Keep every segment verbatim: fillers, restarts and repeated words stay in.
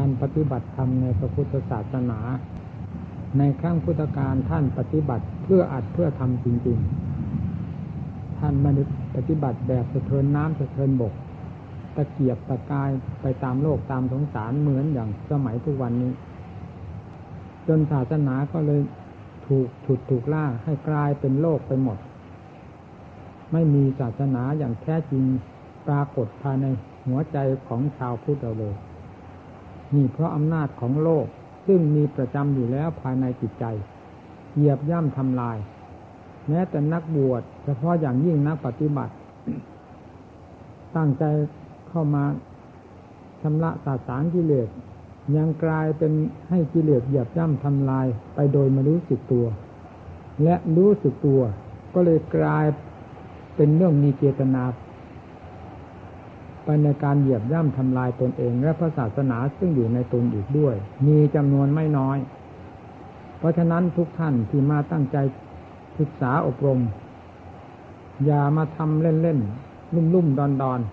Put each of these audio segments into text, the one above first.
การปฏิบัติธรรมในพระพุทธศาสนาในครั้งพุทธกาลท่านปฏิบัติเพื่ออัดเพื่อทำจริงๆท่านไม่ได้ปฏิบัติแบบสะเทินน้ำสะเทินบกตะเกียบตะกายไปตามโลกตามสงสารเหมือนอย่างสมัยทุกวันนี้จนศาสนาก็เลยถูกฉุดถูกล่าให้กลายเป็นโลกไปหมดไม่มีศาสนาอย่างแท้จริงปรากฏภายในหัวใจของชาวพุทธเราเลยนี่เพราะอำนาจของโลกซึ่งมีประจำอยู่แล้วภายในจิตใจเหยียบย่ำทำลายแม้แต่นักบวชเฉพาะอย่างยิ่งนักปฏิบัติ ตั้งใจเข้ามาชำระสาสางกิเลสยังกลายเป็นให้กิเลสเหยียบย่ำทำลายไปโดยไม่รู้สึกตัวและรู้สึกตัวก็เลยกลายเป็นเรื่องมีเจตนาไปในการเหยียบย่ำทำลายตนเองและพระศาสนาซึ่งอยู่ในตนอีกด้วยมีจำนวนไม่น้อยเพราะฉะนั้นทุกท่านที่มาตั้งใจศึกษาอบรมอย่ามาทำเล่นๆลุ่มๆดอน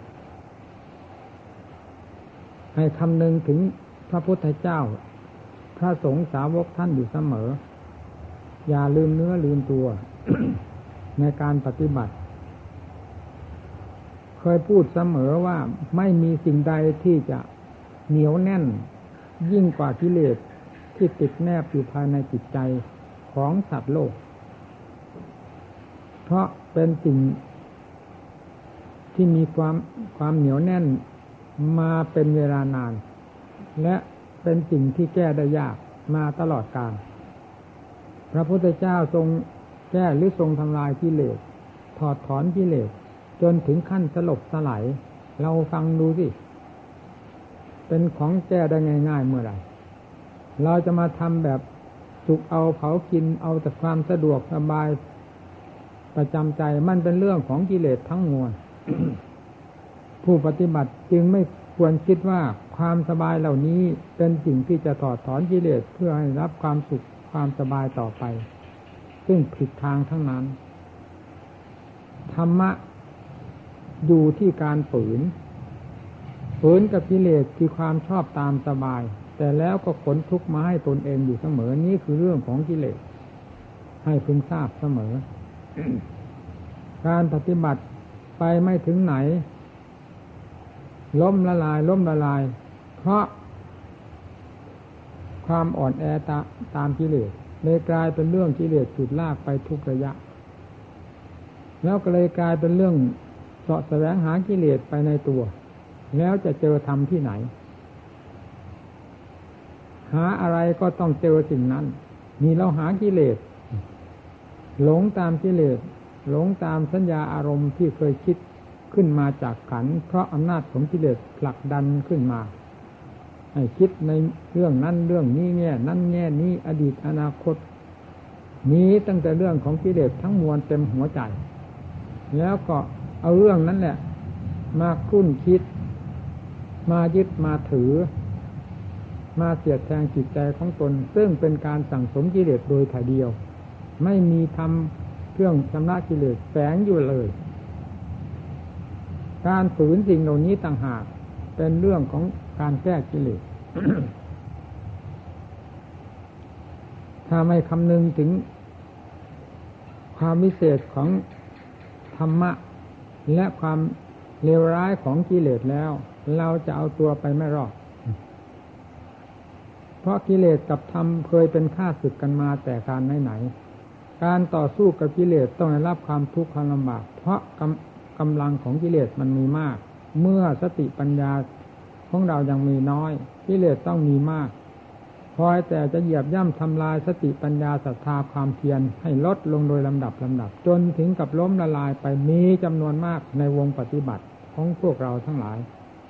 ๆให้คำนึงถึงพระพุทธเจ้าพระสงฆ์สาวกท่านอยู่เสมออย่าลืมเนื้อลืมตัว ในการปฏิบัติเคยพูดเสมอว่าไม่มีสิ่งใดที่จะเหนียวแน่นยิ่งกว่ากิเลสที่ติดแนบอยู่ภายในจิตใจของสัตว์โลกเพราะเป็นสิ่งที่มีความความเหนียวแน่นมาเป็นเวลานานและเป็นสิ่งที่แก้ได้ยากมาตลอดกาลพระพุทธเจ้าทรงแก้หรือทรงทำลายกิเลสถอดถอนกิเลสจนถึงขั้นสลบสลายเราฟังดูสิเป็นของแก้ได้ง่ายๆเมื่อไหร่เราจะมาทำแบบสุกเอาเผากินเอาแต่ความสะดวกสบายประจำใจมันเป็นเรื่องของกิเลสทั้งมวล ผู้ปฏิบัติจึงไม่ควรคิดว่าความสบายเหล่านี้เป็นสิ่งที่จะถอดถอนกิเลสเพื่อให้รับความสุขความสบายต่อไปซึ่งผิดทางทั้งนั้นธรรมะอยู่ที่การฝืนฝืนกับกิเลสคือความชอบตามสบายแต่แล้วก็ขนทุกข์มาให้ตนเองอยู่เสมอนี่คือเรื่องของกิเลสให้พึงทราบเสมอ การปฏิบัติไปไม่ถึงไหนล้มละลายล้มละลายเพราะความอ่อนแอตาตามกิเลสเลยกลายเป็นเรื่องกิเลสฉุดลากไปทุกระยะแล้วก็เลยกลายเป็นเรื่องเสาะแสวงหากิเลสไปในตัวแล้วจะเจอธรรมที่ไหนหาอะไรก็ต้องเจอสิ่งนั้นนี่เราหากิเลสหลงตามกิเลสหลงตามสัญญาอารมณ์ที่เคยคิดขึ้นมาจากขันธ์เพราะอำนาจของกิเลสผลักดันขึ้นมาให้คิดในเรื่องนั้นเรื่องนี้แง่นั้นแง่นี้อดีตอนาคตมีตั้งแต่เรื่องของกิเลสทั้งมวลเต็มหัวใจแล้วก็เอาเรื่องนั้นแหละมาคุ้นคิดมายึดมาถือมาเสียดแทงจิตใจของตนซึ่งเป็นการสั่งสมกิเลสโดยถ่ายเดียวไม่มีทำเครื่องชำระกิเลสแฝงอยู่เลยการฝืนสิ่งเหล่านี้ต่างหากเป็นเรื่องของการแก้กิเลส ถ้าไม่คำนึงถึงความวิเศษของธรรมะและความเลวร้ายของกิเลสแล้วเราจะเอาตัวไปไม่รอดเพราะกิเลสกับธรรมเคยเป็นข้าศึกกันมาแต่การไหนๆการต่อสู้กับกิเลสต้องได้รับความทุกข์ความลำบากเพราะกำกำลังของกิเลสมันมีมากเมื่อสติปัญญาของเรายังมีน้อยกิเลสต้องมีมากคอยแต่จะเหยียบย่ำทำลายสติปัญญาศรัทธาความเพียรให้ลดลงโดยลำดับลำดับจนถึงกับล้มละลายไปมีจำนวนมากในวงปฏิบัติของพวกเราทั้งหลาย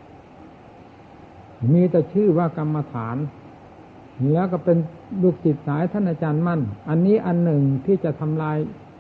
มีแต่ชื่อว่ากรรมฐานแล้วก็เป็นลูกศิษย์สายท่านอาจารย์มั่นอันนี้อันหนึ่งที่จะทำลาย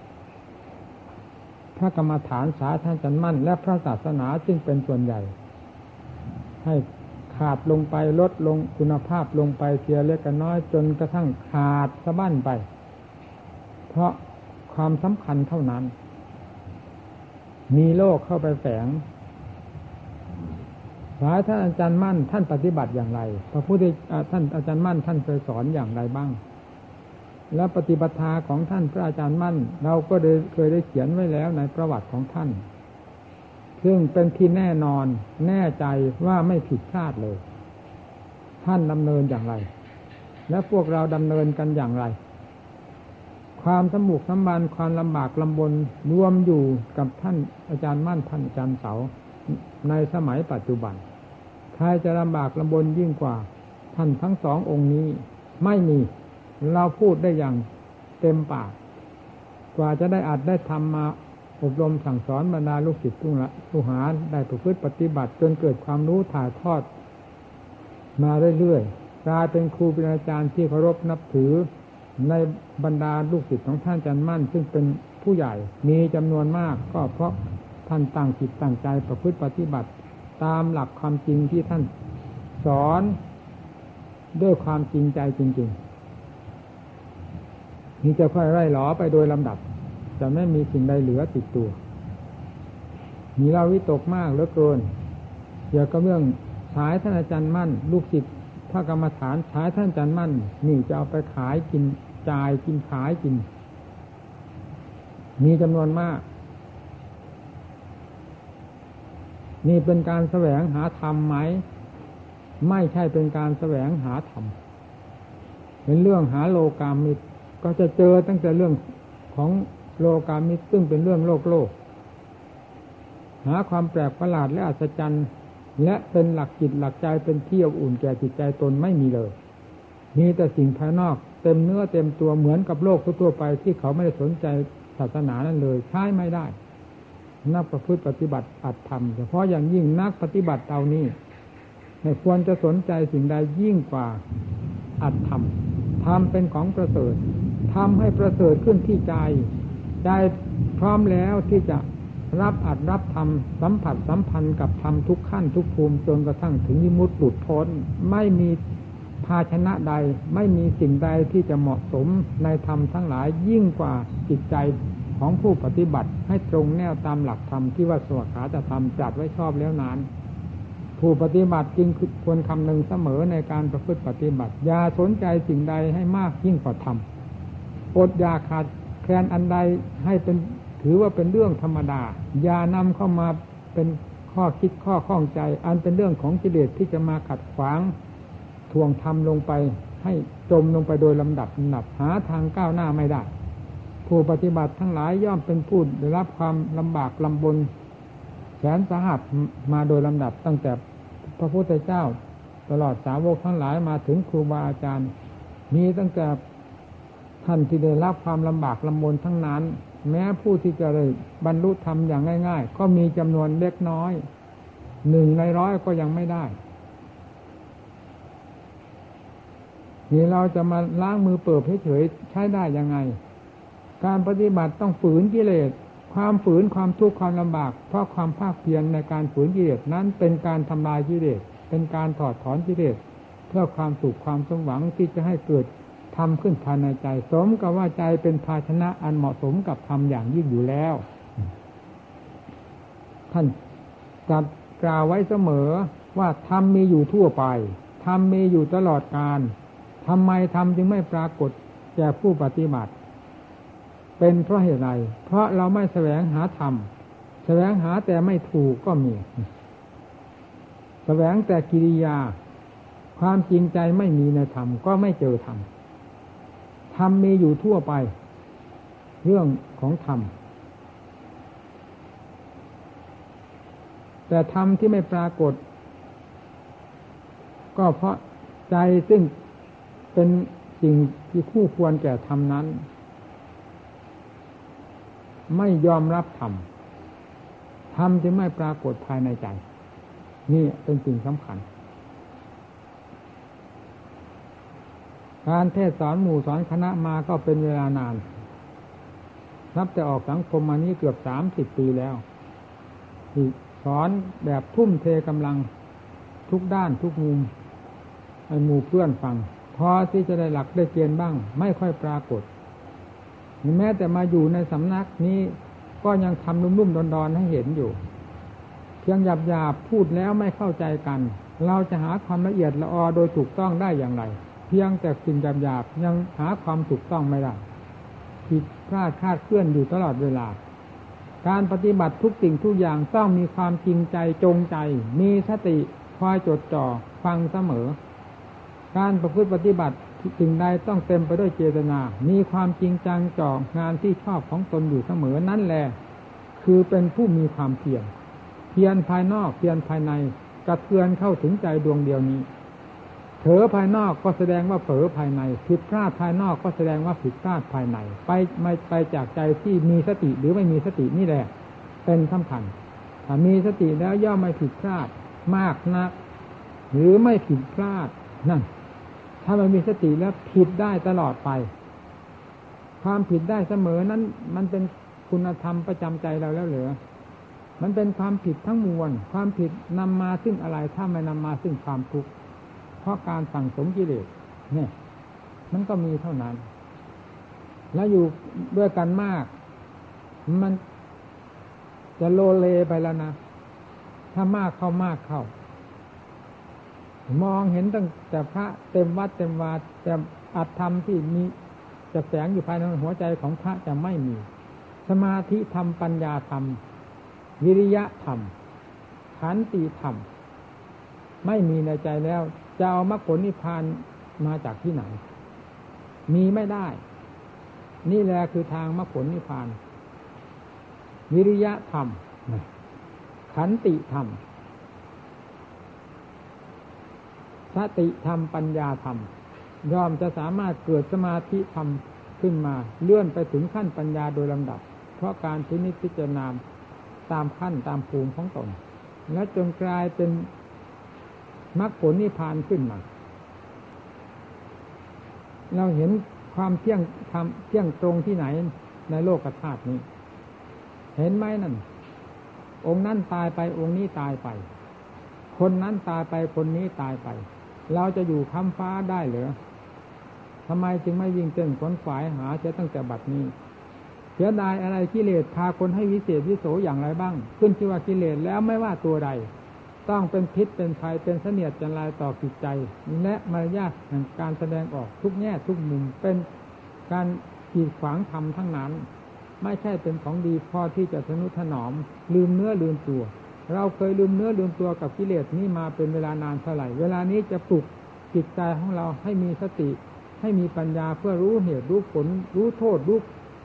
พระกรรมฐานสายท่านอาจารย์มั่นและพระศาสนาซึ่งเป็นส่วนใหญ่ให้ขาดลงไปลดลงคุณภาพลงไปเสียเล็กกันน้อยจนกระทั่งขาดสะบั้นไปเพราะความสำคัญเท่านั้นมีโลกเข้าไปแฝงสายท่านอาจารย์มั่นท่านปฏิบัติอย่างไรพระพุทธท่านอาจารย์มั่นท่านเคยสอนอย่างไรบ้างและปฏิปทาของท่านพระอาจารย์มั่นเราก็ได้เคยได้เขียนไว้แล้วในประวัติของท่านซึ่งเป็นที่แน่นอนแน่ใจว่าไม่ผิดพลาดเลยท่านดำเนินอย่างไรและพวกเราดำเนินกันอย่างไรความสมุกสมบันความลำบากลำบนรวมอยู่กับท่านอาจารย์มั่นท่านอาจารย์เสาในสมัยปัจจุบันใครจะลำบากลำบนยิ่งกว่าท่านทั้งสององค์นี้ไม่มีเราพูดได้อย่างเต็มปากกว่าจะได้อัดได้ทำมาอบรมสั่งสอนบรรดาลูกศิษย์ลูกหาได้ประพฤติปฏิบัติจนเกิดความรู้ถ่ายทอดมาเรื่อยๆกลายเป็นครูเป็นอาจารย์ที่เคารพนับถือในบรรดาลูกศิษย์ของท่านอาจารย์มั่นซึ่งเป็นผู้ใหญ่มีจำนวนมากก็เพราะท่านตั้งจิตตั้งใจประพฤติปฏิบัติตามหลักความจริงที่ท่านสอนด้วยความจริงใจจริงๆนี่จะค่อยไล่หลอไปโดยลำดับจะไม่มีสิ่งใดเหลือติดตัวมีเราวิตกมากเหลือเกินเกี่ยวกับเรื่องสายท่านอาจารย์มั่นลูกศิษย์พระกรรมฐานสายท่านอาจารย์มั่นนี่จะเอาไปขายกินจ่ายกินขายกินมีจำนวนมากนี่เป็นการแสวงหาธรรมไหมไม่ใช่เป็นการแสวงหาธรรมเป็นเรื่องหาโลกามิตรก็จะเจอตั้งแต่เรื่องของโลกามิตรซึ่งเป็นเรื่องโลกโลกหาความแปลกประหลาดและอัศจรรย์และเป็นหลักจิตหลักใจเป็นที่อบอุ่นแก่จิตใจตนไม่มีเลยมีแต่สิ่งภายนอกเต็มเนื้อเต็มตัวเหมือนกับโลกทั่วไปที่เขาไม่ได้สนใจศาสนานั้นเลยใช้ไม่ได้นักประพฤติปฏิบัติอัตธรรมเฉพาะอย่างยิ่งนักปฏิบัติเอานี้ไม่ควรจะสนใจสิ่งใดยิ่งกว่าอัตธรรมธรรมเป็นของประเสริฐทำให้ประเสริฐขึ้นที่ใจใจพร้อมแล้วที่จะรับอัดรับธรรมสัมผัสสัมพันธ์กับธรรมทุกขั้นทุกภูมิจนกระทั่งถึงวิมุตติหลุดพ้นไม่มีภาชนะใดไม่มีสิ่งใดที่จะเหมาะสมในธรรมทั้งหลายยิ่งกว่าจิตใจของผู้ปฏิบัติให้ตรงแนวตามหลักธรรมที่ว่าสวขาตธรรมจัดไว้ชอบแล้วนั้นผู้ปฏิบัติจึงควรคำนึงเสมอในการประพฤติปฏิบัติอย่าสนใจสิ่งใดให้มากยิ่งกว่าธรรมอดอยากขาดแคลนอันใดให้เป็นถือว่าเป็นเรื่องธรรมดาอย่านำเข้ามาเป็นข้อคิดข้อข้องใจอันเป็นเรื่องของกิเลสที่จะมาขัดขวางทวงธรรมลงไปให้จมลงไปโดยลำดับลำดับหาทางก้าวหน้าไม่ได้ผู้ปฏิบัติทั้งหลายย่อมเป็นผู้ได้รับความลำบากลำบนแสนสาหัสมาโดยลำดับตั้งแต่พระพุทธเจ้าตลอดสาวกทั้งหลายมาถึงครูบาอาจารย์มีตั้งแต่ท่านที่ได้รับความลำบากลำบนทั้งนั้นแม้ผู้ที่จะได้บรรลุธรรมอย่างง่ายๆก็มีจำนวนเล็กน้อยหนึ่งในร้อยก็ยังไม่ได้นี่เราจะมาล้างมือเปิบเฉยๆใช้ได้ยังไงการปฏิบัติต้องฝืนกิเลสความฝืนความทุกข์ความลำบากเพราะความภาคเพียรในการฝืนกิเลสนั้นเป็นการทำลายกิเลสเป็นการถอดถอนกิเลสเพื่อความสุขความสมหวังที่จะให้เกิดทำขึ้นภายในใจสมกับว่าใจเป็นภาชนะอันเหมาะสมกับธรรมอย่างยิ่งอยู่แล้วท่านตรัสกล่าวไว้เสมอว่าธรรมมีอยู่ทั่วไปธรรมมีอยู่ตลอดกาลทำไมธรรมจึงไม่ปรากฏแก่ผู้ปฏิบัติเป็นเพราะเหตุไรเพราะเราไม่แสวงหาธรรมแสวงหาแต่ไม่ถูกก็มีแสวงแต่กิริยาความจริงใจไม่มีในธรรมก็ไม่เจอธรรมธรรมมีอยู่ทั่วไปเรื่องของธรรมแต่ธรรมที่ไม่ปรากฏก็เพราะใจซึ่งเป็นสิ่งที่คู่ควรแก่ธรรมนั้นไม่ยอมรับธรรมธรรมจึงไม่ปรากฏภายในใจนี่เป็นสิ่งสำคัญการเทศสอนหมู่สอนคณะมาก็เป็นเวลานานนับแต่ออกสังคมมานี้เกือบสามสิบปีแล้วที่สอนแบบทุ่มเทกำลังทุกด้านทุกมุมให้หมู่เพื่อนฟังพอที่จะได้หลักได้เกณฑ์บ้างไม่ค่อยปรากฏแม้แต่มาอยู่ในสำนักนี้ก็ยังทำลุ่มๆดอนๆให้เห็นอยู่เพียงหยาบๆพูดแล้วไม่เข้าใจกันเราจะหาความละเอียดละออโดยถูกต้องได้อย่างไรเพียงแต่สิ่งหยาบๆยังหาความถูกต้องไม่ได้ผิดพลาดคลาดเคลื่อนอยู่ตลอดเวลาการปฏิบัติทุกสิ่งทุกอย่างต้องมีความจริงใจจงใจมีสติคอยจดจ่อฟังเสมอการประพฤติปฏิบัติสิ่งใดต้องเต็มไปด้วยเจตนามีความจริงจังจ่องานที่ชอบของตนอยู่เสมอนั่นแหละคือเป็นผู้มีความเพียรเพียรภายนอกเพียรภายในกระเทือนเข้าถึงใจดวงเดียวนี้เผลอภายนอกก็แสดงว่าเผลอภายในผิดพลาดภายนอกก็แสดงว่าผิดพลาดภายในไปไม่ไปจากใจที่มีสติหรือไม่มีสตินี่แหละเป็นสำคัญถ้ามีสติแล้วย่อมไม่ผิดพลาดมากนักหรือไม่ผิดพลาดนั่นถ้าไม่มีสติแล้วผิดได้ตลอดไปความผิดได้เสมอนั้นมันเป็นคุณธรรมประจำใจเราแล้วเหรอมันเป็นความผิดทั้งมวลความผิดนำมาซึ่งอะไรถ้าไม่นำมาซึ่งความทุกข์เพราะการสั่งสมกิเลสเนี่ยมันก็มีเท่านั้นแล้วอยู่ด้วยกันมากมันจะโลเลไปแล้วนะถ้ามากเข้ามากเข้ามองเห็นตั้งแต่พระเต็มวัดเต็มวาแต่อัตธรรมที่มีจะแฝงอยู่ภายในหัวใจของพระจะไม่มีสมาธิธรรมปัญญาธรรมวิริยะธรรมขันติธรรมไม่มีในใจแล้วจะเอามรรคผลนิพพานมาจากที่ไหนมีไม่ได้นี่แหละคือทางมรรคผลนิพพานวิริยะธรรมขันติธรรมสติธรรมปัญญาธรรมย่อมจะสามารถเกิดสมาธิธรรมขึ้นมาเลื่อนไปถึงขั้นปัญญาโดยลำดับเพราะการพินิจพิจารณาตามขั้นตามภูมิของตนและจนกลายเป็นมรรคผลนิพพานขึ้นมาเราเห็นความเที่ยงธรรมเที่ยงตรงที่ไหนในโลกธาตุนี้เห็นไหมนั่นองค์นั้นตายไปองค์นี้ตายไปคนนั้นตายไปคนนี้ตายไปเราจะอยู่ค้ำฟ้าได้เหรอทำไมจึงไม่วิ่งเต้นขวนขวายหาเสียตั้งแต่บัดนี้เสียดายอะไรกิเลสพาคนให้วิเศษวิโสอย่างไรบ้างขึ้นชื่อว่ากิเลสแล้วไม่ว่าตัวใดต้องเป็นพิษเป็นภัยเป็นเสนียดจันไรต่อจิตใจและมารยาทแห่งการแสดงออกทุกแง่ทุกมุมเป็นการกีดขวางธรรมทั้งนั้นไม่ใช่เป็นของดีพอที่จะทนุถนอมลืมเนื้อลืมตัวเราเคยลืมเนื้อลืมตัวกับกิเลสนี้มาเป็นเวลานานเท่าไหร่เวลานี้จะปลุกจิตใจของเราให้มีสติให้มีปัญญาเพื่อรู้เหตุรู้ผลรู้โทษรู้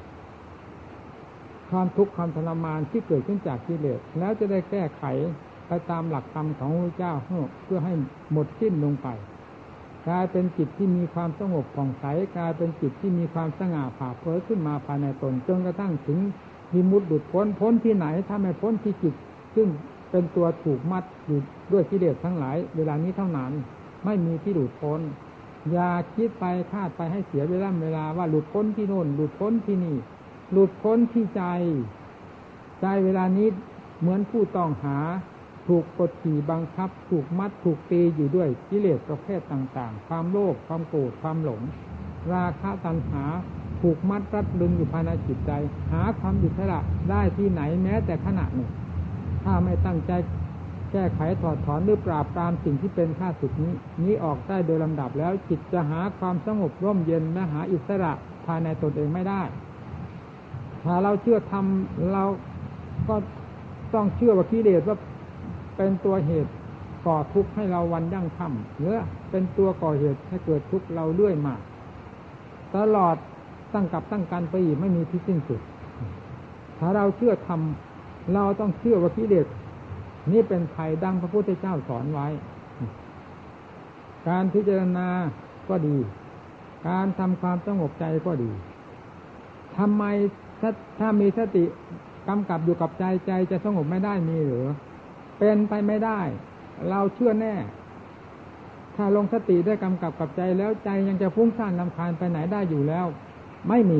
ความทุกข์ความทรมานที่เกิดขึ้นจากกิเลสแล้วจะได้แก้ไขไปตามหลักธรรมของพระเจ้าเพื่อให้หมดสิ้นลงไปกลายเป็นจิตที่มีความสงบผ่องใสกลายเป็นจิตที่มีความสง่าผ่าเผยขึ้นมาภายในตนจนกระทั่งถึงวิมุตติหลุดพ้นพ้นที่ไหนถ้าไม่พ้นที่จิตซึ่งเป็นตัวถูกมัดอยู่ด้วยกิเลสทั้งหลายเวลานี้เท่านั้นไม่มีที่หลุดพ้นอย่าคิดไปคาดไปให้เสียเวลาเวลาว่าหลุดพ้นที่โน่นหลุดพ้นที่นี่หลุดพ้นที่ใจใจเวลานี้เหมือนผู้ต้องหาถูกกดขี่บังคับถูกมัดถูกตีอยู่ด้วยกิเลสประเภทต่างๆความโลภความโกรธความหลงราคะตัณหาถูกมัดรัดดึงอยู่ภายในจิตใจหาความอิสระได้ที่ไหนแม้แต่ขณะหนึ่งถ้าไม่ตั้งใจแก้ไขถอดถอนหรือปราบปรามสิ่งที่เป็นข้าศึกนี้นี้ออกได้โดยลำดับแล้วจิตจะหาความสงบร่มเย็นและหาอิสระภายในตนเองไม่ได้ถ้าเราเชื่อธรรมเราก็ต้องเชื่อว่ากิเลสว่าเป็นตัวเหตุก่อทุกข์ให้เราวันยั่งค่ำหรือเป็นตัวก่อเหตุให้เกิดทุกข์เราเรื่อยมาตลอดตั้งกับตั้งกันไปอีกไม่มีที่สิ้นสุดถ้าเราเชื่อธรรมเราต้องเชื่อว่ากิเลสนี่เป็นภัยดังพระพุทธเจ้าสอนไว้การพิจารณาก็ดีการทำความสงบใจก็ดีทำไมถ้ามีสติกำกับอยู่กับใจใจจะสงบไม่ได้มีหรือเป็นไปไม่ได้เราเชื่อแน่ถ้าลงสติได้กำกับกับใจแล้วใจยังจะฟุ้งซ่านรำคาญไปไหนได้อยู่แล้วไม่มี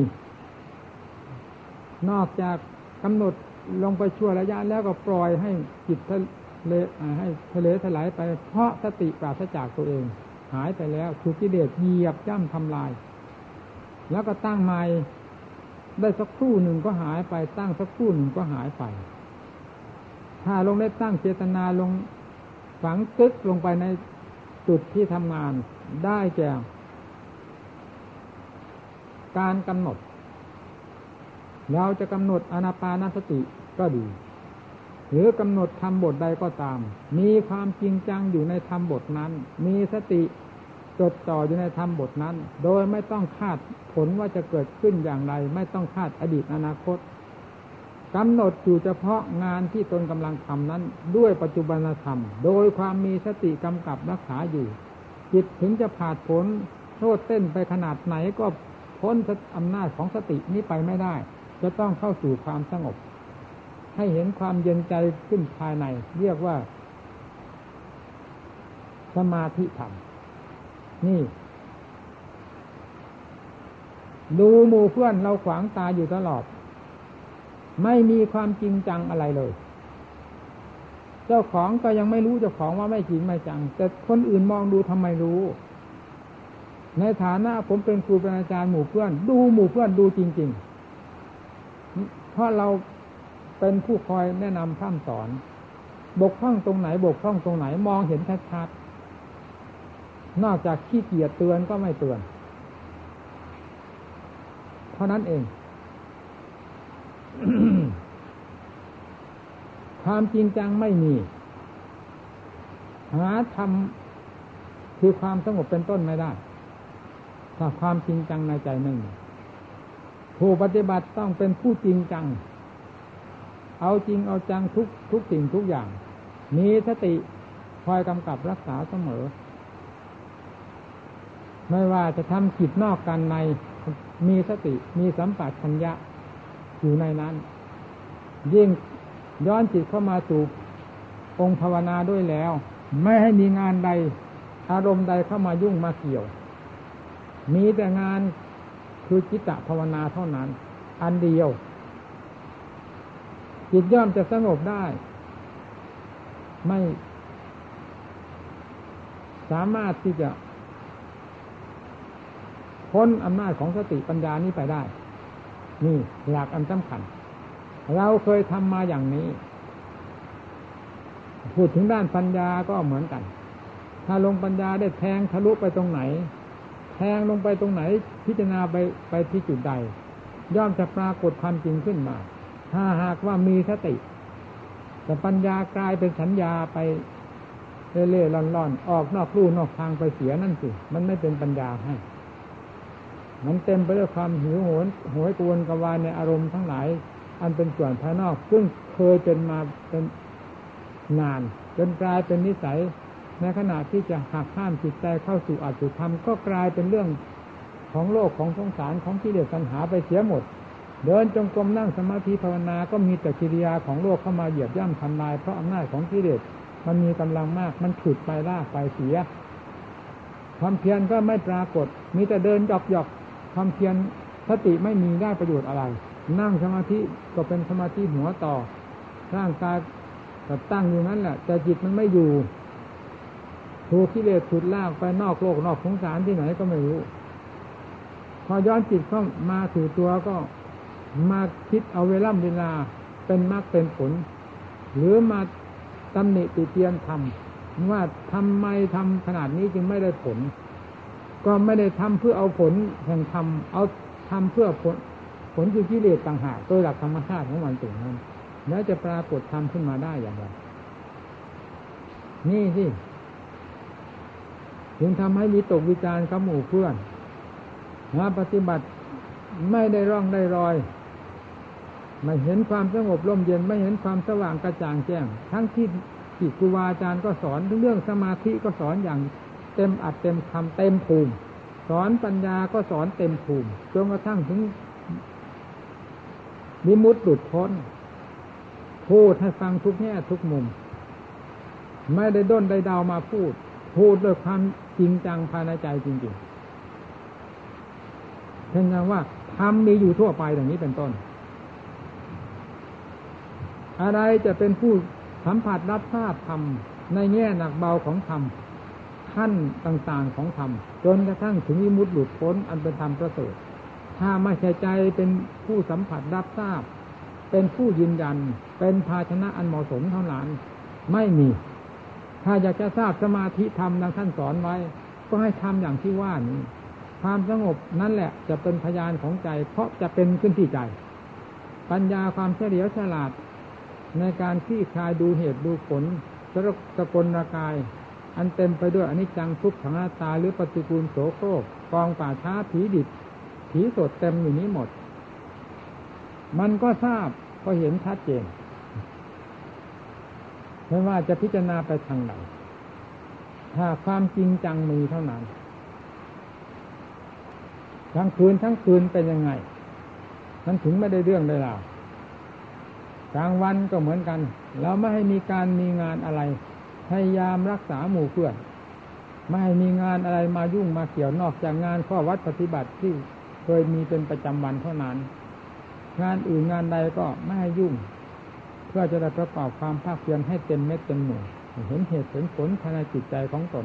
นอกจากกำหนดลงไปชั่วระยะแล้วก็ปล่อยให้จิตทะเลให้ทะเลถลายไปเพราะสติปราศจากตัวเองหายไปแล้วถูกกิเลสเหยียบย่ำทำลายแล้วก็ตั้งใหม่ได้สักครู่หนึ่งก็หายไปตั้งสักครู่หนึ่งก็หายไปถ้าลงได้ตั้งเจตนาลงฝังกึกลงไปในจุดที่ทำงานได้แก่การกำหนดเราจะกำหนดอานาปานสติก็ดีหรือกำหนดธรรมบทใดก็ตามมีความจริงจังอยู่ในธรรมบทนั้นมีสติจดจ่ออยู่ในธรรมบทนั้นโดยไม่ต้องคาดผลว่าจะเกิดขึ้นอย่างไรไม่ต้องคาดอดีตอนาคตกำหนดอยู่เฉพาะงานที่ตนกำลังทำนั้นด้วยปัจจุบันธรรมโดยความมีสติกำกับรักษาอยู่จิตถึงจะผ่านผลโทษเต้นไปขนาดไหนก็พ้นอำนาจของสตินี้ไปไม่ได้จะต้องเข้าสู่ความสงบให้เห็นความเย็นใจขึ้นภายในเรียกว่าสมาธิธรรมนี่ดูหมู่เพื่อนเราขวางตาอยู่ตลอดไม่มีความจริงจังอะไรเลยเจ้าของก็ยังไม่รู้เจ้าของว่าไม่จริงไม่จังแต่คนอื่นมองดูทำไมรู้ในฐานะผมเป็นครูเป็นอาจารย์หมู่เพื่อนดูหมู่เพื่อนดูจริงๆเพราะเราเป็นผู้คอยแนะนำพร่ำสอนบกพร่องตรงไหนบกพร่องตรงไหนมองเห็นชัดๆนอกจากขี้เกียจเตือนก็ไม่เตือนเท่านั้นเอง ความจริงจังไม่มีหาธรรมคือความสงบเป็นต้นไม่ได้ถ้าความจริงจังในใจไม่มีผู้ปฏิบัติต้องเป็นผู้จริงจังเอาจริงเอาจังทุกทุกสิ่งทุกอย่างมีสติคอยกำกับรักษาเสมอไม่ว่าจะทำกิจนอกการในมีสติมีสัมปชัญญะอยู่ในนั้นยิ่งย้อนจิตเข้ามาสู่องค์ภาวนาด้วยแล้วไม่ให้มีงานใดอารมณ์ใดเข้ามายุ่งมาเกี่ยวมีแต่งานคือจิตตภาวนาเท่านั้นอันเดียวจิตย่อมจะสงบได้ไม่สามารถที่จะพ้นอำนาจของสติปัญญานี้ไปได้นี่หลักอันสำคัญเราเคยทำมาอย่างนี้พูดถึงด้านปัญญาก็เหมือนกันถ้าลงปัญญาได้แทงทะลุไปตรงไหนแทงลงไปตรงไหนพิจารณาไปไปที่จุดใดย่อมจะปรากฏความจริงขึ้นมาถ้าหากว่ามีสติแต่ปัญญากลายเป็นสัญญาไปเล่ๆล่อนๆออกนอกลู่นอกทางไปเสียนั่นสิมันไม่เป็นปัญญาให้มันเต็มไปด้วยความหิวโหยโหยกวนกวายในอารมณ์ทั้งหลายอันเป็นส่วนภายนอกซึ่งเคยเป็นมาเป็นนานจนกลายเป็นนิสัยในขณะที่จะหักห้ามจิตใจเข้าสู่อสุธรรมก็กลายเป็นเรื่องของโลกของสงสารของกิเลสตัณหาไปเสียหมดเดินจงกรมนั่งสมาธิภาวนาก็มีแต่กิริยาของโลกเข้ามาเหยียบย่ำทำลายเพราะอำนาจของกิเลสมันมีกำลังมากมันฉุดไปลากไปเสียความเพียรก็ไม่ปรากฏมีแต่เดินหยอกๆความเพียรสติไม่มีได้ประโยชน์อะไรนั่งสมาธิก็เป็นสมาธิหัวต่อร่างกายก็ตั้งอยู่นั้นแหละแต่จิตมันไม่อยู่ถูกกิเลสฉุดลากไปนอกโลกนอกสงสารที่ไหนก็ไม่รู้พอย้อนจิตเข้ามาสู่ตัวก็มาคิดเอาเวลาเวลาเป็นมรรคเป็นผลหรือมาตำหนิติเตียนทำว่าทำไมทำขนาดนี้จึงไม่ได้ผลก็ไม่ได้ทำเพื่อเอาผลแห่งธรรมเอาทำเพื่อผลผลคือกิเลสต่างหากโดยหลักธรรมชาติของมันตรงนั้นแล้วจะปรากฏธรรมขึ้นมาได้อย่างไรนี่สิจึงทำให้มีตกวิจารณ์กับหมู่เพื่อนมาปฏิบัติไม่ได้ร่องได้รอยไม่เห็นความสงบร่มเย็นไม่เห็นความสว่างกระจ่างแจ้งทั้งที่ที่ครูบาอาจารย์ก็สอนเรื่องสมาธิก็สอนอย่างเต็มอัดเต็มคำเต็มภูมิสอนปัญญาก็สอนเต็มภูมิจนกระทั่งถึงวิมุตติหลุดพ้นพูดให้ฟังทุกแง่ทุกมุมไม่ได้ด้นได้เดามาพูดพูดด้วยความจริงจังภายในใจจริงๆเช่นอย่างว่าธรรมมีอยู่ทั่วไปอย่างนี้เป็นต้นอะไรจะเป็นผู้สัมผัสรับทราบธรรมในแง่หนักเบาของธรรมขั้นต่างๆของธรรมจนกระทั่งถึงวิมุตติหลุดพ้นอันเป็นธรรมประเสริฐถ้าไม่ใช่ใจเป็นผู้สัมผัสรับทราบเป็นผู้ยืนยันเป็นภาชนะอันเหมาะสมเท่านั้นไม่มีถ้าอยากจะทราบสมาธิธรรมดังท่านสอนไว้ก็ให้ทำอย่างที่ว่านี้ความสงบนั่นแหละจะเป็นพยานของใจเพราะจะเป็นขึ้นที่ใจปัญญาความเฉลียวฉลาดในการคลี่คลายดูเหตุดูผลสกลกายอันเต็มไปด้วยอนิจจังทุกขังอนัตตาหรือปฏิกูลโสโครกกองป่าช้าผีดิบผีสดเต็มอยู่นี้หมดมันก็ทราบก็เห็นชัดเจนไม่ว่าจะพิจารณาไปทางไหนถ้าความจริงจังมีเท่านั้นทั้งคืนทั้งคืนเป็นยังไงมันถึงไม่ได้เรื่องได้ราวกลางวันก็เหมือนกันเราไม่ให้มีการมีงานอะไรพยายามรักษาหมู่เพื่อนไม่ให้มีงานอะไรมายุ่งมาเกี่ยวนอกจากงานข้อวัดปฏิบัติที่เคยมีเป็นประจำวันเท่านั้นงานอื่นงานใดก็ไม่ให้ยุ่งเพื่อจะได้ประกอบความภาคเพียรให้เต็มเม็ดเต็มหน่วยเห็นเหตุเห็นผลภายในจิตใจของตน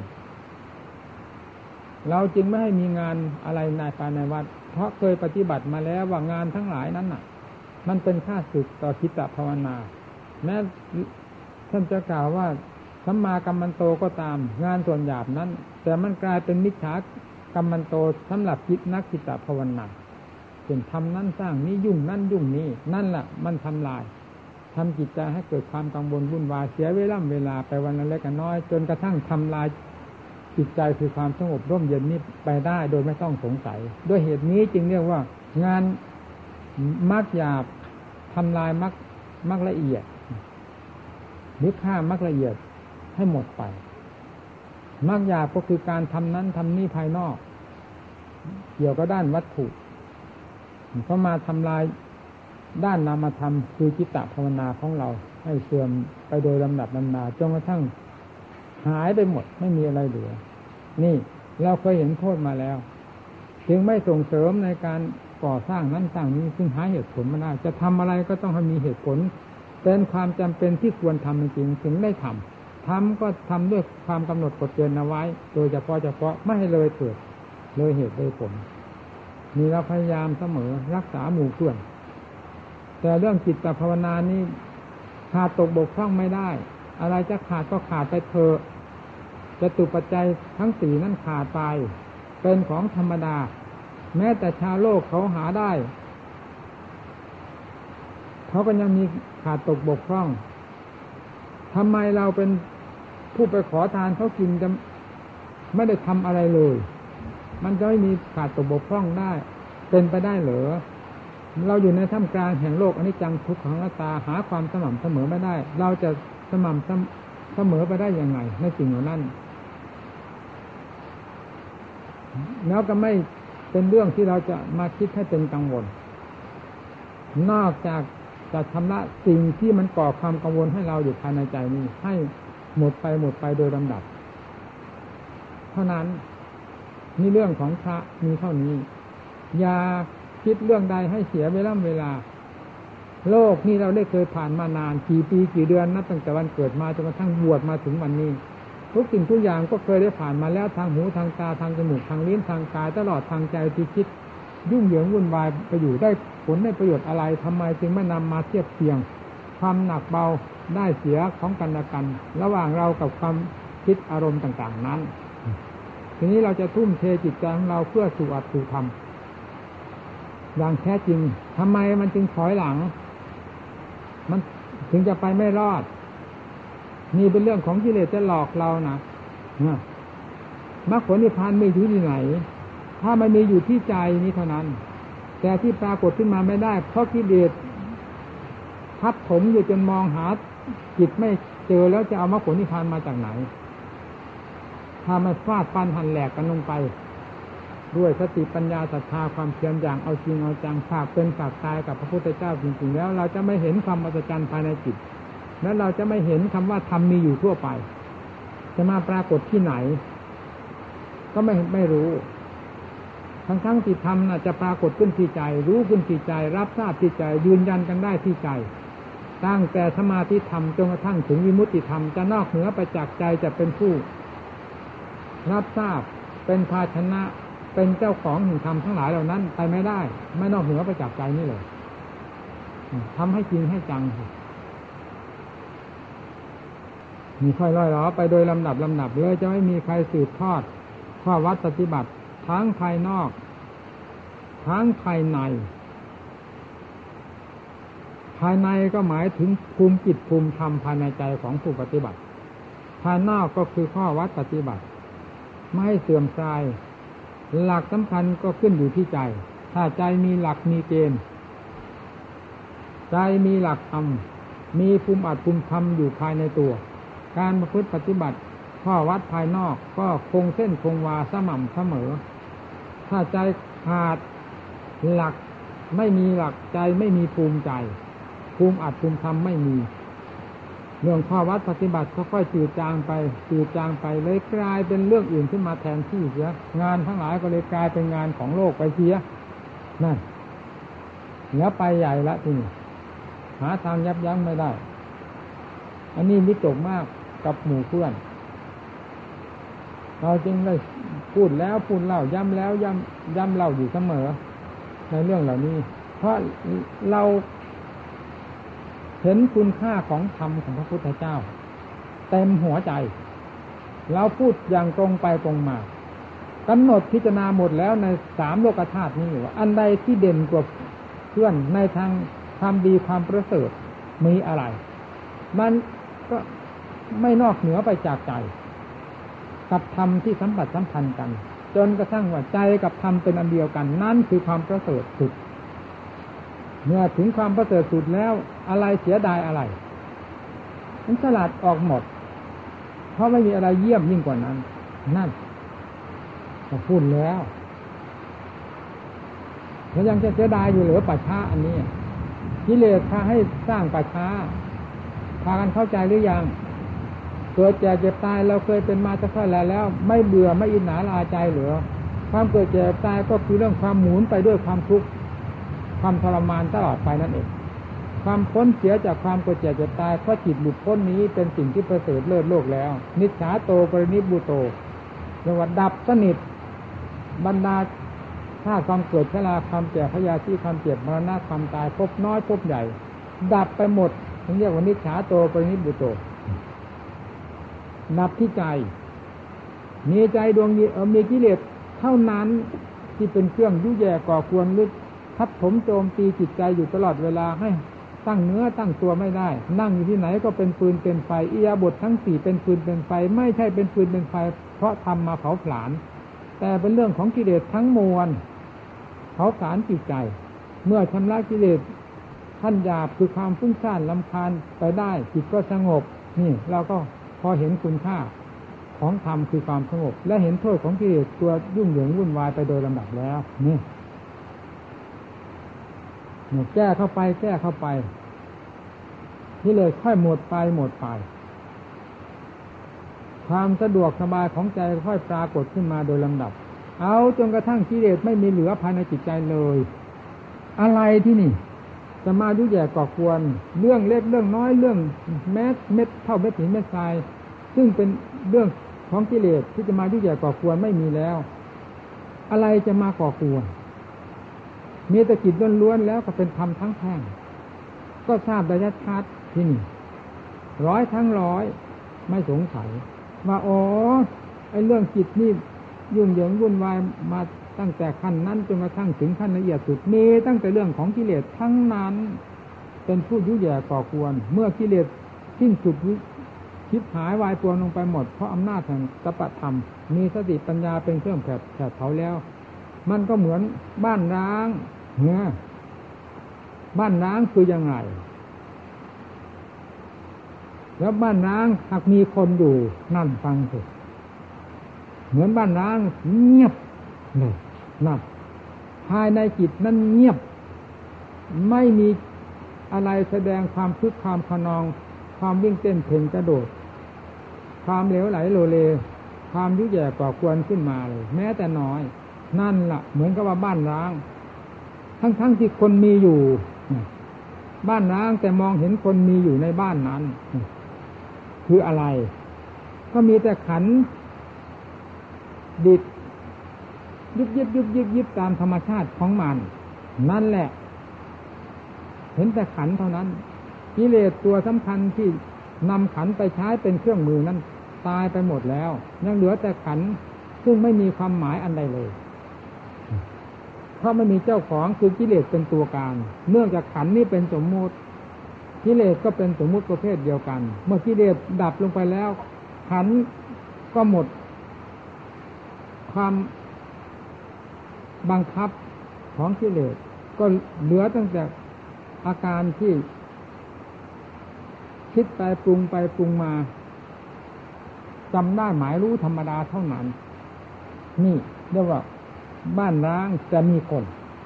เราจึงไม่ให้มีงานอะไรในภายในวัดเพราะเคยปฏิบัติมาแล้วว่างานทั้งหลายนั้นน่ะมันเป็นข้าศึกต่อจิตตภาวนาแม้ท่านจะกล่าวว่าสัมมากัมมันโตก็ตามงานส่วนหยาบนั้นแต่มันกลายเป็นมิจฉากัมมันโตสำหรับจิตนักจิตตภาวนาเป็นทำนั่นสร้างนี้ยุ่งนั่นยุ่งนี้นั่นแหละมันทำลายทำจิตใจให้เกิดความกังวลวุ่นวายเสียเวลาเวลาไปวันละเล็กน้อยจนกระทั่งทำลายจิตใจคือความสงบร่มเย็นนี้ไปได้โดยไม่ต้องสงสัยด้วยเหตุนี้จึงเรียกว่างานมรรคหยาบทำลายมรรคมรรคละเอียดหรือฆ่ามรรคละเอียดให้หมดไปมรรคหยาบก็คือการทำนั้นทำนี้ภายนอกเกี่ยวกับด้านวัตถุเพราะมาทำลายด้านนามธรรมคือจิตตภาวนาของเราให้เสื่อมไปโดยลำดับลำดาจนกระทั่งหายไปหมดไม่มีอะไรเหลือนี่เราเคยเห็นโทษมาแล้วจึงไม่ส่งเสริมในการก่อสร้างนั้นสร้างนี้ซึ่งหาเหตุผลไม่ได้จะทำอะไรก็ต้องให้มีเหตุผลเป็นความจำเป็นที่ควรทำจริงๆถึงได้ทำทำก็ทำด้วยความกำหนดกฎเกณฑ์เอาไว้โดยเฉพาะเฉพาะไม่ให้เลยเถิดเลยเหตุเลยผลนี่เราพยายามเสมอรักษาหมู่เพื่อนแต่เรื่องจิตภาวนานี้ขาดตกบกพร่องไม่ได้อะไรจะขาดก็ขาดไปเถอะจตุปัจจัยทั้งสี่นั้นขาดไปเป็นของธรรมดาแม้แต่ชาวโลกเขาหาได้เขาก็ยังมีขาดตกบกพร่องทำไมเราเป็นผู้ไปขอทานเขากินจะไม่ได้ทำอะไรเลยมันจะไม่มีขาดตกบกพร่องได้เป็นไปได้เหรอเราอยู่ในท่ามกลางแห่งโลกอนิจจังทุกขังอนัตตาหาความสม่ำเสมอไม่ได้เราจะสม่ำเสมอไปได้ยังไงในสิ่งเหล่านั้นแล้วก็ไม่เป็นเรื่องที่เราจะมาคิดให้เป็นกังวลนอกจากจะชำระสิ่งที่มันก่อความกังวลให้เราอยู่ภายในใจนี้ให้หมดไปหมดไปโดยลำดับเท่านั้นนี่เรื่องของพระมีเท่านี้อย่าคิดเรื่องใดให้เสียเวลาเวลาโลกนี้เราได้เคยผ่านมานานกี่ปีกี่เดือนนับตั้งแต่วันเกิดมาจนกระทั่งบวชมาถึงวันนี้ทุกสิ่งทุกอย่างก็เคยได้ผ่านมาแล้วทางหูทางตาทางจมูกทางลิ้นทางกายตลอดทางใจที่คิดยุ่งเหยิงวุ่นวายไปอยู่ได้ผลได้ประโยชน์อะไรทำไมจึงไม่นำมาเทียบเทียงความหนักเบาได้เสียของกันและกันระหว่างเรากับความคิดอารมณ์ต่างๆนั้นทีนี้เราจะทุ่มเทจิตใจของเราเพื่อสู่อัตสู่ธรรมอย่างแท้จริงทำไมมันจึงถอยหลังมันถึงจะไปไม่รอดนี่เป็นเรื่องของกิเลสจะหลอกเรานะมรรคผลนิพพานไม่อยู่ที่ไหนถ้ามันมีอยู่ที่ใจนี้เท่านั้นแต่ที่ปรากฏขึ้นมาไม่ได้เพราะกิเลสทับถมอยู่จนมองหาจิตไม่เจอแล้วจะเอามรรคผลนิพพานมาจากไหนถ้ามันฟาดฟันหันแหลกกันลงไปด้วยสติปัญญาศรัทธาความเพียรอย่างเอาจริงเอาจังฝากเป็นฝากตายกับพระพุทธเจ้าจริงๆแล้วเราจะไม่เห็นความอัศจรรย์ภายในจิตและเราจะไม่เห็นคำว่าธรรมมีอยู่ทั่วไปจะมาปรากฏที่ไหนก็ไม่ไม่รู้ทั้งๆที่ธรรมน่ะจะปรากฏขึ้นที่ใจรู้ขึ้นที่ใจรับทราบที่ใจยืนยันกันได้ที่ใจตั้งแต่สมาธิธรรมจนกระทั่งถึงวิมุตติธรรมจะนอกเหนือไปจากใจจะเป็นผู้รับทราบเป็นภาชนะเป็นเจ้าของแห่งธรรมทั้งหลายเหล่านั้นไปไม่ได้ไม่นอกเหนือไปจากใจนี่เลยทำให้จริงให้จังมีค่อยล่อยหลอไปโดยลำดับลำดับเลยจะไม่มีใครสืบทอดข้อวัดปฏิบัติทั้งภายนอกทั้งภายในภายในก็หมายถึงภูมิจิตภูมิธรรมภายในใจของผู้ปฏิบัติภายนอกก็คือข้อวัดปฏิบัติไม่ให้เสื่อมทรายหลักสำคัญก็ขึ้นอยู่ที่ใจถ้าใจมีหลักมีเกณฑ์ใจมีหลักธรรมมีภูมิอัตภูมิธรรมอยู่ภายในตัวการประพฤติปฏิบัติข้อวัดภายนอกก็คงเส้นคงวาสม่ำเสมอถ้าใจขาดหลักไม่มีหลักใจไม่มีภูมิใจภูมิอัตภูมิธรรมไม่มีเรื่องข้อวัดปฏิบัติก็ค่อยจืดจางไปจืดจางไปเลยกลายเป็นเรื่องอื่นขึ้นมาแทนที่เสียงานทั้งหลายก็เลยกลายเป็นงานของโลกไปเสียนั่นเหนือไปใหญ่ละทีนี้หาทางยับยั้งไม่ได้อันนี้วิตกมากกับหมู่เพื่อนเราจึงได้พูดแล้วพูดเล่าย้ำแล้วย้ำย้ำเล่าอยู่เสมอในเรื่องเหล่านี้เพราะเราเห็นคุณค่าของธรรมของพระพุทธเจ้าเต็มหัวใจเราพูดอย่างตรงไปตรงมากำหนดพิจารณาหมดแล้วในสามโลกธาตุนี้ว่าอันใดที่เด่นกว่าเพื่อนในทางความดีความประเสริฐมีอะไรมันก็ไม่นอกเหนือไปจากใจกับธรรมที่สัมผัสสัมพันธ์กันจนกระทั่งว่าใจกับธรรมเป็นอันเดียวกันนั่นคือความประเสริฐสุดเมื่อถึงความประเสริฐสุดแล้วอะไรเสียดายอะไรมันสลัดออกหมดเพราะไม่มีอะไรเยี่ยมยิ่งกว่านั้นนั่นก็พูดแล้วแล้วยังจะเสียดายอยู่หรือป่าช้าอันนี้กิเลสพาให้สร้างป่าช้าพากันเข้าใจหรือยังเกิดแก่เจ็บตายเราเคยเป็นมาสักเท่าไหร่แล้วไม่เบื่อไม่อิจฉาลาใจเหรือความเกิดแก่ตายก็คือเรื่องความหมุนไปด้วยความทุกข์ความทรมานตลอดไปนั่นเองความพ้นเสียจากความเกิดแก่เจ็บตายเพราะจิตหลุดพ้นนี้เป็นสิ่งที่ประเสริฐเลิศโลกแล้วนิจฉาโตปรินิพพุโตเรียกว่าดับสนิทบรรดาถ้าความเกิดชราความแก่พยาธิความเจ็บมรณะความตายพบน้อยพบใหญ่ดับไปหมดถึงเรียกว่านิจฉาโตปรินิพพุโตดับที่ใจมีใจดวงนี้เออมีกิเลสเท่านั้นที่เป็นเครื่องยุ่ยแย่ก่อกวนลึกทับถมโจมตีจิตใจอยู่ตลอดเวลาให้ตั้งเนื้อตั้งตัวไม่ได้นั่งอยู่ที่ไหนก็เป็นฟืนเป็นไฟอิริยาบถทั้งสี่เป็นฟืนเป็นไฟไม่ใช่เป็นฟืนเป็นไฟเพราะทำมาเผาผลาญแต่เป็นเรื่องของกิเลสทั้งมวลเผาผลาญจิตใจเมื่อชำระกิเลสขั้นหยาบคือความฟุ้งซ่านรำคาญไปได้จิตก็สงบนี่เราก็พอเห็นคุณค่าของธรรมคือความสงบและเห็นโทษของกิเลสตัวยุ่งเหยิงวุ่นวายไปโดยลำดับแล้วนี่เนี่ยแก้เข้าไปแก้เข้าไปนี่เลยค่อยหมดไปหมดไปความสะดวกสบายของใจค่อยปรากฏขึ้นมาโดยลำดับเอาจนกระทั่งกิเลสไม่มีเหลือภายในจิตใจเลยอะไรที่นี่จะมายุ่ยแย่ก่อกวนเรื่องเล็กเรื่องน้อยเรื่องแม้เม็ดเท่าเม็ดหินเม็ดทรายซึ่งเป็นเรื่องของกิเลสที่จะมายุ่ยแย่ก่อกวนไม่มีแล้วอะไรจะมาก่อกวนมีแต่จิตล้วนๆแล้วก็เป็นธรรมทั้งแท่งก็ทราบได้ชัดๆที่นี่ร้อยทั้งร้อยไม่สงสัยว่าอ๋อไอ้เรื่องจิตนี่ยุ่งเหยิงวุ่นวายมาตั้งแต่ขั้นนั้นจนกระทั่งถึงขั้นละเอียดสุดมีตั้งแต่เรื่องของกิเลสทั้งนั้นเป็นผู้ยุ่ยแย่ก่อกวนเมื่อกิเลสสิ้นสุดคิดหายวายตัวลงไปหมดเพราะอำนาจแห่งสัพพธรรมมีสติปัญญาเป็นเครื่องแผดแผดเผาแล้วมันก็เหมือนบ้านร้างเนี่ยบ้านร้างคือยังไงแล้วบ้านร้างหากมีคนอยู่นั่นฟังเถอะเหมือนบ้านร้างเงียบเลยนั่นภายในจิตนั้นเงียบไม่มีอะไรแสดงความคึกความขนองความวิ่งเต้นเพ่งกระโดดความเหลวไหลโลเลความยุ่ยแย่ก่อกวนขึ้นมาเลยแม้แต่น้อยนั่นล่ะเหมือนกับว่าบ้านร้างทั้งๆที่คนมีอยู่บ้านร้างแต่มองเห็นคนมีอยู่ในบ้านนั้นคืออะไรก็มีแต่ขันดิดยุบยิบยุบยิบยิบตามธรรมชาติของมันนั่นแหละเห็นแต่ขันเท่านั้นกิเลสตัวสำคัญที่นำขันไปใช้เป็นเครื่องมือนั้นตายไปหมดแล้วยังเหลือแต่ขันซึ่งไม่มีความหมายอันใดเลยเพราะไม่มีเจ้าของคือกิเลสเป็นตัวการเนื่องจากขันนี้เป็นสมมุติกิเลสก็เป็นสมมุติประเภทเดียวกันเมื่อกิเลสดับลงไปแล้วขันก็หมดความบังคับของกิเลสก็เหลือตั้งแต่อาการที่คิดไปปรุงไปปรุงมาจำได้หมายรู้ธรรมดาเท่านั้นนี่เรียกว่าบ้านร้างจะมีคน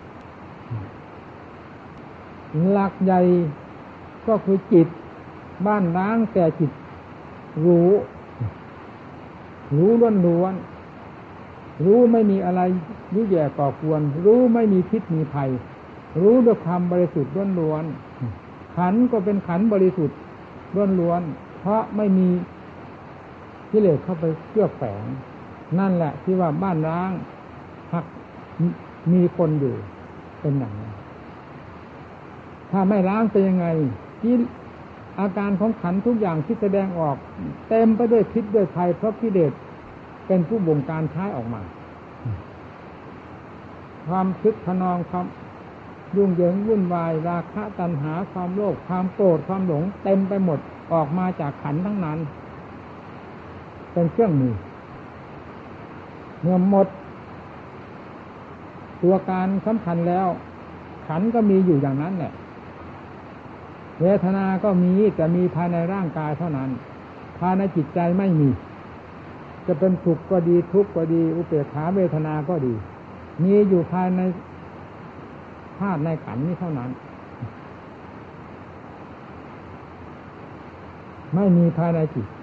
หลักใหญ่ก็คือจิตบ้านร้างแต่จิตรู้รู้ล้วนๆรู้ไม่มีอะไรยุ่ยแย่ก่อควรรู้ไม่มีพิษมีภัยรู้ด้วยความบริสุทธิ์ล้วนๆขันก็เป็นขันบริสุทธิ์ล้วนๆเพราะไม่มีกิเลสเข้าไปเคลือบแฝงนั่นแหละที่ว่าบ้านร้างหักมีคนอยู่เป็นอย่างนั้นถ้าไม่ร้างเป็นยังไงที่อาการของขันทุกอย่างที่แสดงออกเต็มไปด้วยพิษด้วยภัยเพราะกิเลสเป็นผู้บงการใช้ออกมาความคึกขนองความยุ่งเหยิงวุ่นวายราคะตัณหาความโลภความโกรธความหลงเต็มไปหมดออกมาจากขันทั้งนั้นเป็นเครื่องมือเมื่อหมดตัวการสำคัญแล้วขันก็มีอยู่อย่างนั้นแหละเวทนาก็มีแต่มีภายในร่างกายเท่านั้นภายในจิตใจไม่มีจะเป็นสุขก็ดีทุกข์ก็ดีอุเบกขาเวทนาก็ดีมีอยู่ภายในธาตุในขันนี้เท่านั้นไม่มีภายในจิต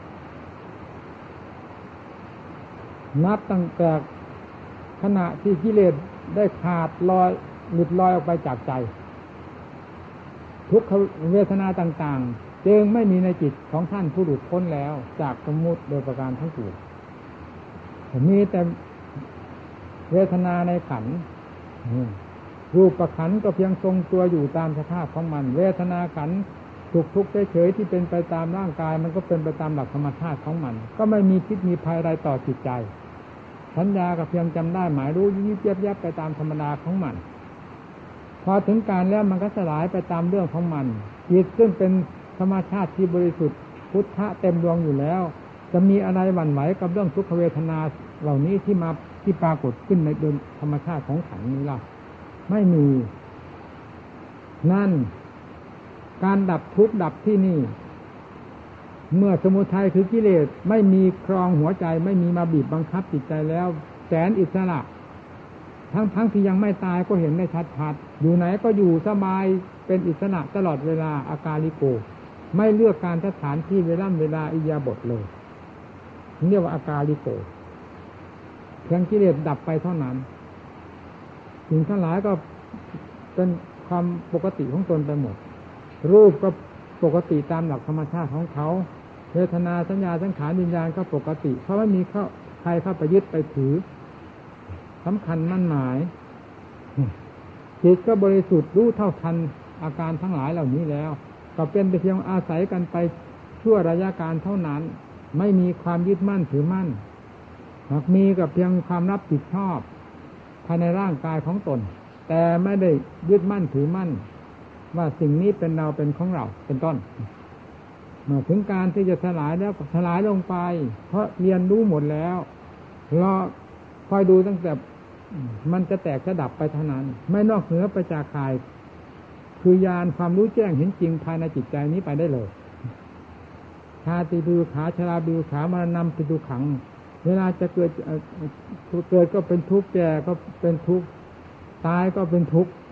นับตั้งแต่ขณะที่กิเลสได้ขาดลอยหลุดลอยออกไปจากใจทุกขเวทนาต่างๆจึงไม่มีในจิตของท่านผู้หลุดพ้นแล้วจากสมมุติโดยประการทั้งปวงมีแต่เวทนาในขันธ์รูปขันธ์ก็เพียงทรงตัวอยู่ตามสภาพของมันเวทนาขันธ์ทุกทุกเฉยๆที่เป็นไปตามร่างกายมันก็เป็นไปตามหลักธรรมชาติของมันก็ไม่มีพิษมีภัยใดต่อจิตใจสัญญาก็เพียงจำได้หมายรู้ยิบยับยับไปตามธรรมดาของมันพอถึงการแล้วมันก็สลายไปตามเรื่องของมันจิตซึ่งเป็นธรรมชาติที่บริสุทธิ์พุทธะเต็มดวงอยู่แล้วจะมีอะไรหวั่นไหวกับเรื่องทุกขเวทนาเหล่านี้ที่มาที่ปรากฏขึ้นในเดินธรรมชาติของขันธ์นี้ล่ะไม่มีนั่นการดับทุกข์ดับที่นี่เมื่อสมุทัยคือกิเลสไม่มีครองหัวใจไม่มีมาบีบบังคับจิตใจแล้วแสนอิสระทั้งทั้งที่ยังไม่ตายก็เห็นได้ชัดๆอยู่ไหนก็อยู่สบายเป็นอิสระตลอดเวลาอากาลิโกไม่เลือกการสถานที่เวลาเวลาอิยาบทเลยเรียกว่าอากาลิโกเพียงกิเลสดับไปเท่านั้นสิ่งทั้งหลายก็เป็นความปกติของตนไปหมดรูปก็ปกติตามหลักธรรมชาติของเขาเวทนาสัญญาสังขารวิญญาณก็ปกติเพราะไม่มีเข้าใครเข้าไปยึดไปถือสำคัญมั่นหมายจิตก็บริสุทธิ์รู้เท่าทันอาการทั้งหลายเหล่านี้แล้วก็เป็นแต่เพียงอาศัยกันไปชั่วระยะการเท่านั้นไม่มีความยึดมั่นถือมั่นหากมีกับเพียงความรับผิดชอบภายในร่างกายของตนแต่ไม่ได้ยึดมั่นถือมั่นว่าสิ่งนี้เป็นเราเป็นของเราเป็นต้นเมื่อถึงการที่จะสลายแล้วก็สลายลงไปเพราะเรียนรู้หมดแล้วรอคอยดูตั้งแต่มันจะแตกจะดับไปเท่านั้นไม่นอกเหนือไปจากข่ายคือญาณความรู้แจ้งเห็นจริงภายในจิตใจนี้ไปได้เลยชาติดูขาชราดูขามรณะปิดูขังเวลาจะเกิดเกิดก็เป็นทุกข์แก่ก็เป็นทุกข์ตายก็เป็นทุกข์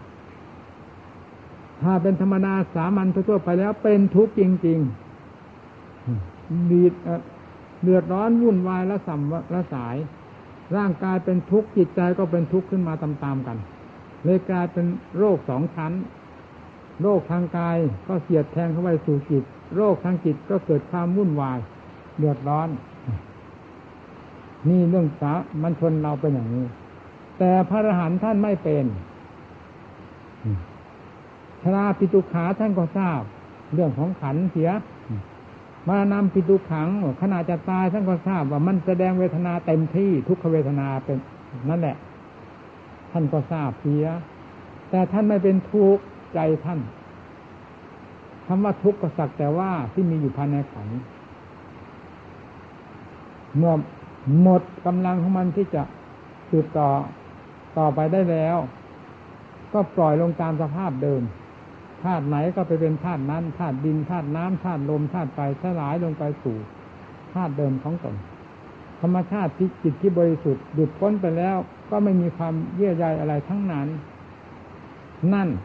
ถ้าเป็นธรรมดาสามัญทั่วไปแล้วเป็นทุกข์จริงๆดีเดือดร้อนวุ่นวายละสัมละสายร่างกายเป็นทุกข์จิตใจก็เป็นทุกข์ขึ้นมาตามๆกันเลยกลายเป็นโรคสองชั้นโรคทางกายก็เสียดแทงเข้าไปสู่จิตโรคทางจิตก็เกิดความวุ่นวายเดือดร้อนนี่เรื่องสามัญชนเราเป็นอย่างนี้แต่พระอรหันต์ท่านไม่เป็นชราปิตุขาท่านก็ทราบเรื่องของขันเสียมานำปิตุขังขณะจะตายท่านก็ทราบว่ามันแสดงเวทนาเต็มที่ทุกขเวทนาเป็นนั่นแหละท่านก็ทราบเสียแต่ท่านไม่เป็นทุกข์ใจท่านคำว่าทุกข์ก็สักแต่ว่าที่มีอยู่ภายในขันเมื่อหมดกำลังของมันที่จะสืบต่อต่อไปได้แล้วก็ปล่อยลงตามสภาพเดิมธาตุไหนก็ไปเป็นธาตุนั้นธาตุดินธาตุน้ำธาตุลมธาตุไฟสลายลงไปสู่ธาตุเดิมของตนธรรมชาติที่จิตที่บริสุทธิ์หลุดพ้นไปแล้วก็ไม่มีความเยื่อใยอะไรทั้งนั้นนั่น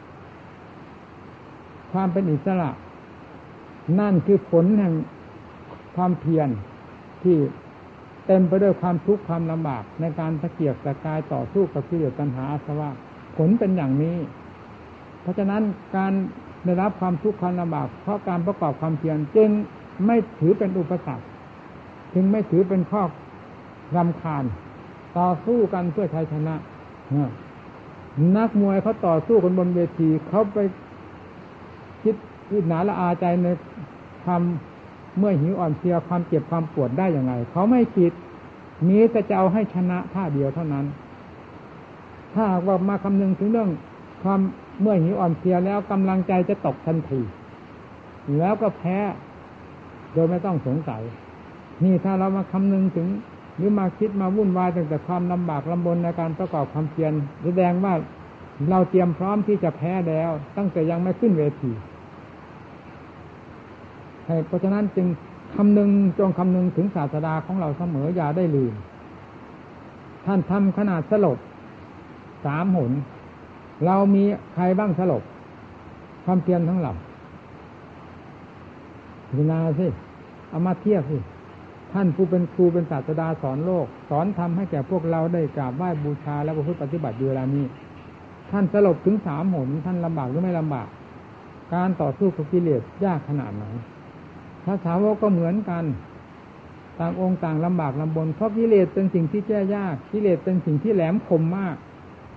ความเป็นอิสระนั่นคือผลแห่งความเพียรที่เต็มไปด้วยความทุกข์ความลำบากในการตะเกียกตะกายต่อสู้กับกิเลสตัณหาอาสวะผลเป็นอย่างนี้เพราะฉะนั้นการได้รับความทุกข์ความลำบากเพราะการประกอบความเพียรจึงไม่ถือเป็นอุปสรรคจึงไม่ถือเป็นข้อรำคาญต่อสู้กันเพื่อชัยชนะนักมวยเขาต่อสู้กันบนเวทีเขาไปคิดอิจฉาละอาใจในความเมื่อหิวอ่อนเพลียความเจ็บความปวดได้อย่างไรเขาไม่คิดมีแต่จะเอาให้ชนะท่าเดียวเท่านั้นถ้าว่ามาคำนึงถึงเรื่องความเมื่อหิวอ่อนเพลียแล้วกำลังใจจะตกทันทีแล้วก็แพ้โดยไม่ต้องสงสัยนี่ถ้าเรามาคำนึงถึงหรือมาคิดมาวุ่นวายตั้งแต่ความลำบากลำบนในการประกอบความเพียรแสดงว่าเราเตรียมพร้อมที่จะแพ้แล้วตั้งแต่ยังไม่ขึ้นเวทีเพราะฉะนั้นจึงคำนึงจงคำนึงถึงศาสดาของเราเสมออย่าได้ลืมท่านทำขนาดสลบสามหนเรามีใครบ้างสลบความเพียรทั้งหลับพิจารณาสิเอามาเทียบสิท่านผู้เป็นครูเป็นศาสดาสอนโลกสอนทำให้แก่พวกเราได้กราบไหว้บูชาและประพฤติปฏิบัติอยู่เวลานี้ท่านสลบถึงสามหนท่านลำบากหรือไม่ลำบากการต่อสู้กับกิเลสยากขนาดไหนพระสาวกก็เหมือนกันต่างองค์ต่างลำบากลำบนเพราะกิเลสเป็นสิ่งที่แก้ยากกิเลสเป็นสิ่งที่แหลมคมมาก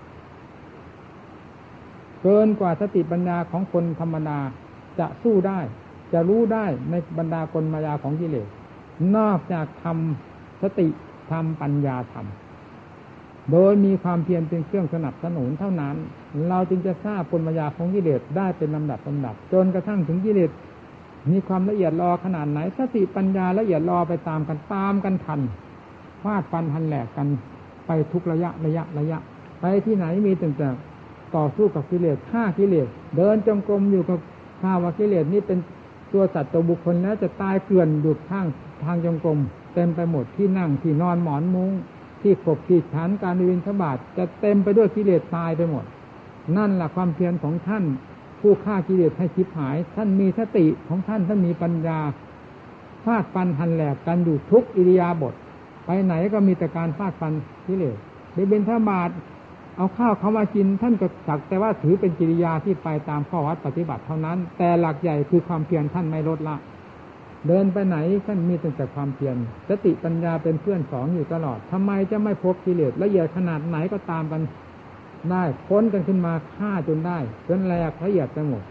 เกินกว่าสติปัญญาของคนธรรมดาจะสู้ได้จะรู้ได้ในบรรดากลมายาของกิเลสนอกจากทำสติทำปัญญาทำโดยมีความเพียรเป็นเครื่องสนับสนุนเท่านั้นเราจึงจะทราบกลมายาของกิเลสได้เป็นลำดับลำดับจนกระทั่งถึงกิเลสมีความละเอียดรอขนาดไหนสติปัญญาละเอียดรอไปตามกันตามกันทันฟาดฟันหันแหลกกันไปทุกระยะระยะระยะไปที่ไหนมีตั้งแต่ต่อสู้กับกิเลสฆ่ากิเลสเดินจงกรมอยู่กับข้าวกิเลสนี่เป็นตัวสัตว์ตัวบุคคลแล้วจะตายเกลื่อนอยู่ข้างทางจงกรมเต็มไปหมดที่นั่งที่นอนหมอนมุ้งที่ขบที่ฐานการวินทบาทจะเต็มไปด้วยกิเลสตายไปหมดนั่นแหละความเพียรของท่านผู้ฆ่ากิเลสให้ชิบหายท่านมีสติของท่านท่านมีปัญญาฟาดฟันหันแหลกกันอยู่ทุกอิริยาบถไปไหนก็มีแต่การฟาดฟันกิเลสไปบิณฑบาตเอาข้าวเขามากินท่านก็สักแต่ว่าถือเป็นกิริยาที่ไปตามข้อวัดปฏิบัติเท่านั้นแต่หลักใหญ่คือความเพียรท่านไม่ลดละเดินไปไหนท่านมีแต่ความเพียรสติปัญญาเป็นเพื่อนสองอยู่ตลอดทำไมจะไม่พบกิเลสละเอียดขนาดไหนก็ตามกันได้พ้นกันขึ้นมาฆ่าจนได้จนแหลกละเอียดไปหมด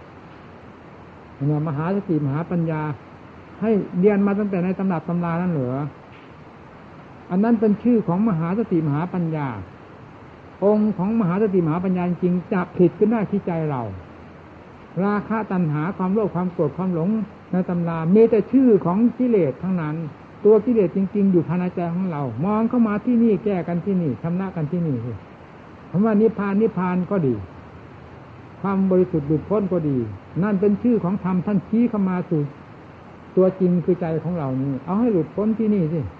เนี่ยมหาสติมหาปัญญาให้เรียนมาตั้งแต่ในตำรับตำรานั่นเหรออันนั้นเป็นชื่อของมหาสติมหาปัญญาองค์ของมหาสติมหาปัญญาจริงจับผิดขึ้นได้ที่ใจเราราคะตัณหาความโลภความโกรธความหลงในตำรามีแต่ชื่อของกิเลสทั้งนั้นตัวกิเลสจริงๆอยู่ภายในใจของเรามองเข้ามาที่นี่แก้กันที่นี่ชำระกันที่นี่คำว่านิพพานนิพพานก็ดีความบริสุทธิ์หลุดพ้นก็ดีนั่นเป็นชื่อของธรรมท่านชี้เข้ามาสู่ตัวจริงคือใจของเรานี่เอาให้หลุดพ้นที่นี่สิ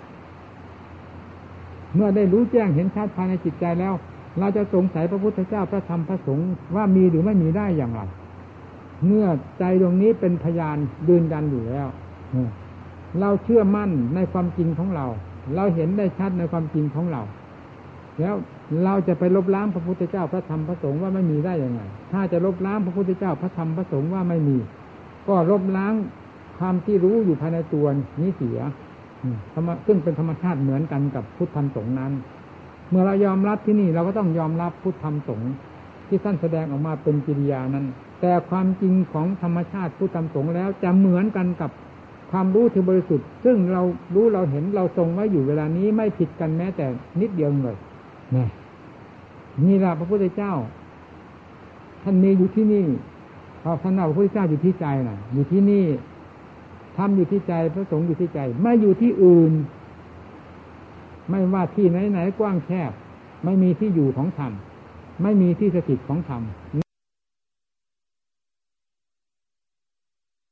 เมื่อได้รู้แจ้งเห็นชัดภายในจิตใจแล้วเราจะสงสัยพระพุทธเจ้าพระธรรมพระสงฆ์ว่ามีหรือไม่มีได้อย่างไรเมื่อใจดวงนี้เป็นพยานยืนยันอยู่แล้วเราเชื่อมั่นในความจริงของเราเราเห็นได้ชัดในความจริงของเราแล้วเราจะไปลบล้างพระพุทธเจ้าพระธรรมพระสงฆ์ว่าไม่มีได้อย่างไรถ้าจะลบล้างพระพุทธเจ้าพระธรรมพระสงฆ์ว่าไม่มีก็ลบล้างความที่รู้อยู่ภายในตัวนี้เสียซึ่งเป็นธรรมชาติเหมือนกันกับพุทธธรรมสงฆ์นั้นเมื่อเรายอมรับที่นี่เราก็ต้องยอมรับพุทธธรรมสงฆ์ที่ท่านแสดงออกมาเป็นกิริยานั้นแต่ความจริงของธรรมชาติผู้ทำสงฆ์แล้วจะเหมือนกันกับความรู้ที่บริสุทธิ์ซึ่งเรารู้เราเห็นเราทรงไว้อยู่เวลานี้ไม่ผิดกันแม้แต่นิดเดียวเลยนี่นี่ล่ะพระพุทธเจ้าท่านมีอยู่ที่นี่พอท่านเอาพระพุทธเจ้าอยู่ที่ใจน่ะอยู่ที่นี่ทำอยู่ที่ใจพระสงฆ์อยู่ที่ใจไม่อยู่ที่อื่นไม่ว่าที่ไหนๆกว้างแคบไม่มีที่อยู่ของธรรมไม่มีที่สถิตของธรรม